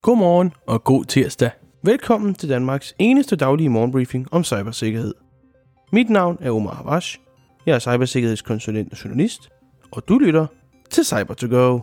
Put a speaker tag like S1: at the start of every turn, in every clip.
S1: Godmorgen og god tirsdag. Velkommen til Danmarks eneste daglige morgenbriefing om cybersikkerhed. Mit navn er Omar Havash. Jeg er cybersikkerhedskonsulent og journalist, og du lytter til Cyber2Go.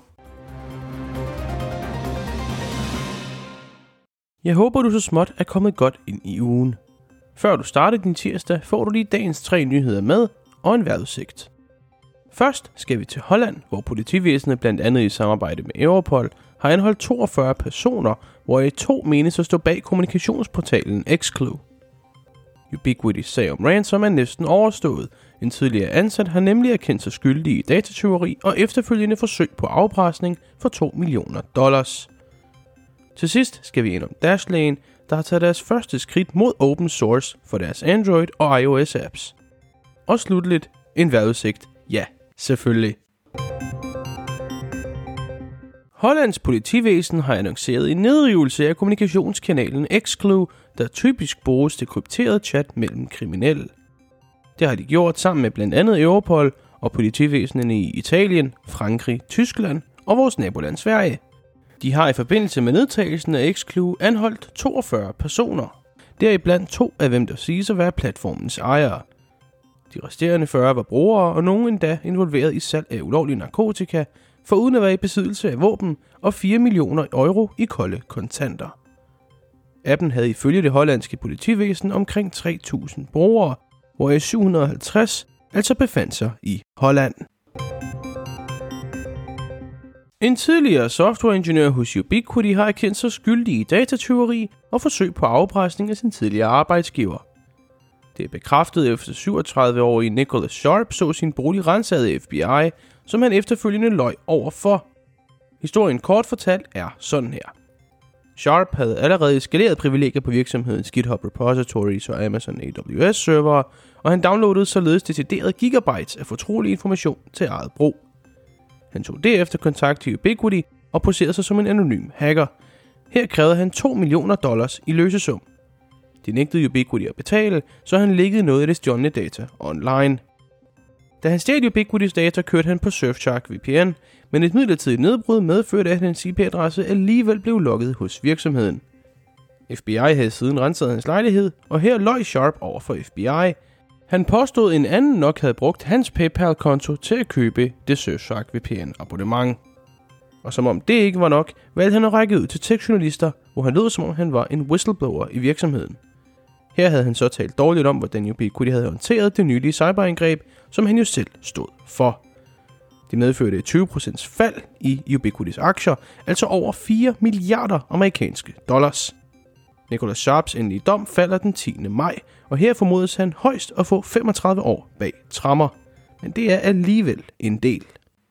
S1: Jeg håber, du så småt er kommet godt ind i ugen. Før du starter din tirsdag, får du lige dagens 3 nyheder med og en vejrudsigt. Først skal vi til Holland, hvor politivæsenet blandt andet i samarbejde med Europol har anholdt 42 personer, hvoraf 2 menes at stå bag kommunikationsportalen Xclue. Ubiquitys sag om ransom er næsten overstået. En tidligere ansat har nemlig erkendt sig skyldig i datatyveri og efterfølgende forsøg på afpresning for $2 millioner. Til sidst skal vi ind om Dashlane, der har taget deres første skridt mod open source for deres Android og iOS apps. Og slutteligt en vejrudsigt. Ja, selvfølgelig. Hollands politivæsen har annonceret en nedrivelse af kommunikationskanalen Xclue, der typisk bruges til krypteret chat mellem kriminelle. Det har de gjort sammen med blandt andet Europol og politivæsenene i Italien, Frankrig, Tyskland og vores naboland Sverige. De har i forbindelse med nedtagelsen af Xclue anholdt 42 personer. Deriblandt 2 af hvem der siges at være platformens ejere. De resterende 40 var brugere, og nogen endda involveret i salg af ulovlige narkotika, foruden at være i besiddelse af våben og 4 millioner euro i kolde kontanter. Appen havde ifølge det hollandske politivæsen omkring 3.000 brugere, hvoraf 750 altså befandt sig i Holland. En tidligere softwareingeniør hos Ubiquity har erkendt sig skyldig i datatyveri og forsøg på afpresning af sin tidligere arbejdsgiver. Det er bekræftet efter 37-årige Nicholas Sharp så sin bolig renset af FBI, som han efterfølgende løj overfor. Historien kort fortalt er sådan her. Sharp havde allerede eskaleret privilegier på virksomhedens GitHub repositories og Amazon AWS servere, og han downloadede således deciderede gigabytes af fortrolig information til eget brug. Han tog derefter kontakt til Ubiquity og poserede sig som en anonym hacker. Her krævede han $2 millioner i løsesum. De nægtede Ubiquity at betale, så han lækkede noget af det stjålne data online. Da han stjal Ubiquitys data, kørte han på Surfshark VPN, men et midlertidigt nedbrud medførte, at hans IP-adresse alligevel blev logget hos virksomheden. FBI havde siden renset hans lejlighed, og her løj Sharp over for FBI. Han påstod, en anden nok havde brugt hans PayPal-konto til at købe det Surfshark VPN-abonnement. Og som om det ikke var nok, valgte han at række ud til tech-journalister, hvor han lød som om han var en whistleblower i virksomheden. Her havde han så talt dårligt om, hvordan Ubiquity havde håndteret det nylige cyberangreb, som han jo selv stod for. Det medførte et 20% fald i Ubiquitys aktier, altså over 4 milliarder amerikanske dollars. Nicholas Sharps endelige dom falder den 10. maj, og her formodes han højst at få 35 år bag tremmer. Men det er alligevel en del.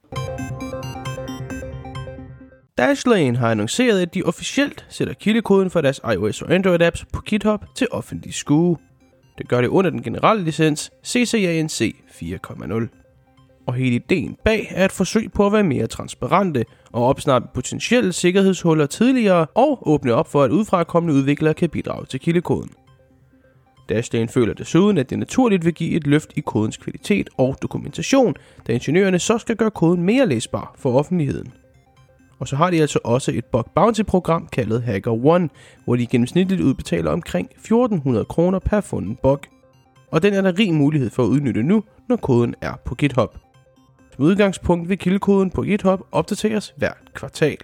S1: Dashlane har annonceret, at de officielt sætter kildekoden for deres iOS og Android apps på GitHub til offentlig skue. Det gør det under den generelle licens CC/ANC 4.0. Og hele ideen bag er et forsøg på at være mere transparente og opsnappe potentielle sikkerhedshuller tidligere og åbne op for, at udefrakommende udviklere kan bidrage til kildekoden. Dashlane føler desuden, at det naturligt vil give et løft i kodens kvalitet og dokumentation, da ingeniørerne så skal gøre koden mere læsbar for offentligheden. Og så har de altså også et bug bounty-program kaldet HackerOne, hvor de gennemsnitligt udbetaler omkring 1.400 kroner per fundet bug. Og den er der rig mulighed for at udnytte nu, når koden er på GitHub. Som udgangspunkt vil kildekoden på GitHub opdateres hvert kvartal.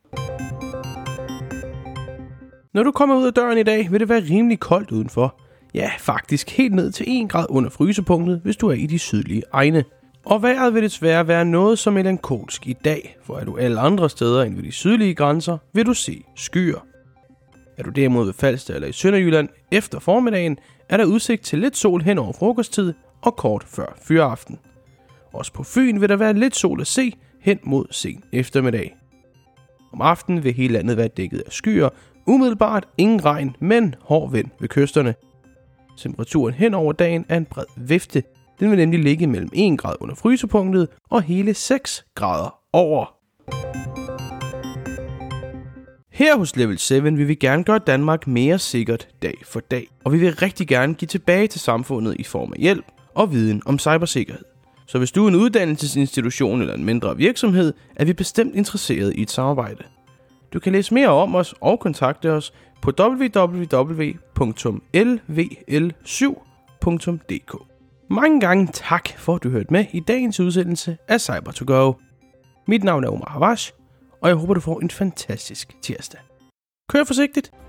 S1: Når du kommer ud af døren i dag, vil det være rimelig koldt udenfor. Ja, faktisk helt ned til 1 grad under frysepunktet, hvis du er i de sydlige egne. Og vejret vil desværre være noget som melankolsk i dag, for er du alle andre steder end ved de sydlige grænser, vil du se skyer. Er du derimod ved Falster eller i Sønderjylland efter formiddagen, er der udsigt til lidt sol hen over frokosttid og kort før fyraften. Også på Fyn vil der være lidt sol at se hen mod sen eftermiddag. Om aftenen vil hele landet være dækket af skyer, umiddelbart ingen regn, men hård vind ved kysterne. Temperaturen hen over dagen er en bred vifte. Den vil nemlig ligge mellem 1 grad under frysepunktet og hele 6 grader over. Her hos Level 7 vil vi gerne gøre Danmark mere sikkert dag for dag, og vi vil rigtig gerne give tilbage til samfundet i form af hjælp og viden om cybersikkerhed. Så hvis du er en uddannelsesinstitution eller en mindre virksomhed, er vi bestemt interesseret i et samarbejde. Du kan læse mere om os og kontakte os på www.lvl7.dk. Mange gange tak for at du hørte med i dagens udsendelse af Cyber2Go. Mit navn er Omar Havash, og jeg håber du får en fantastisk tirsdag. Kør forsigtigt!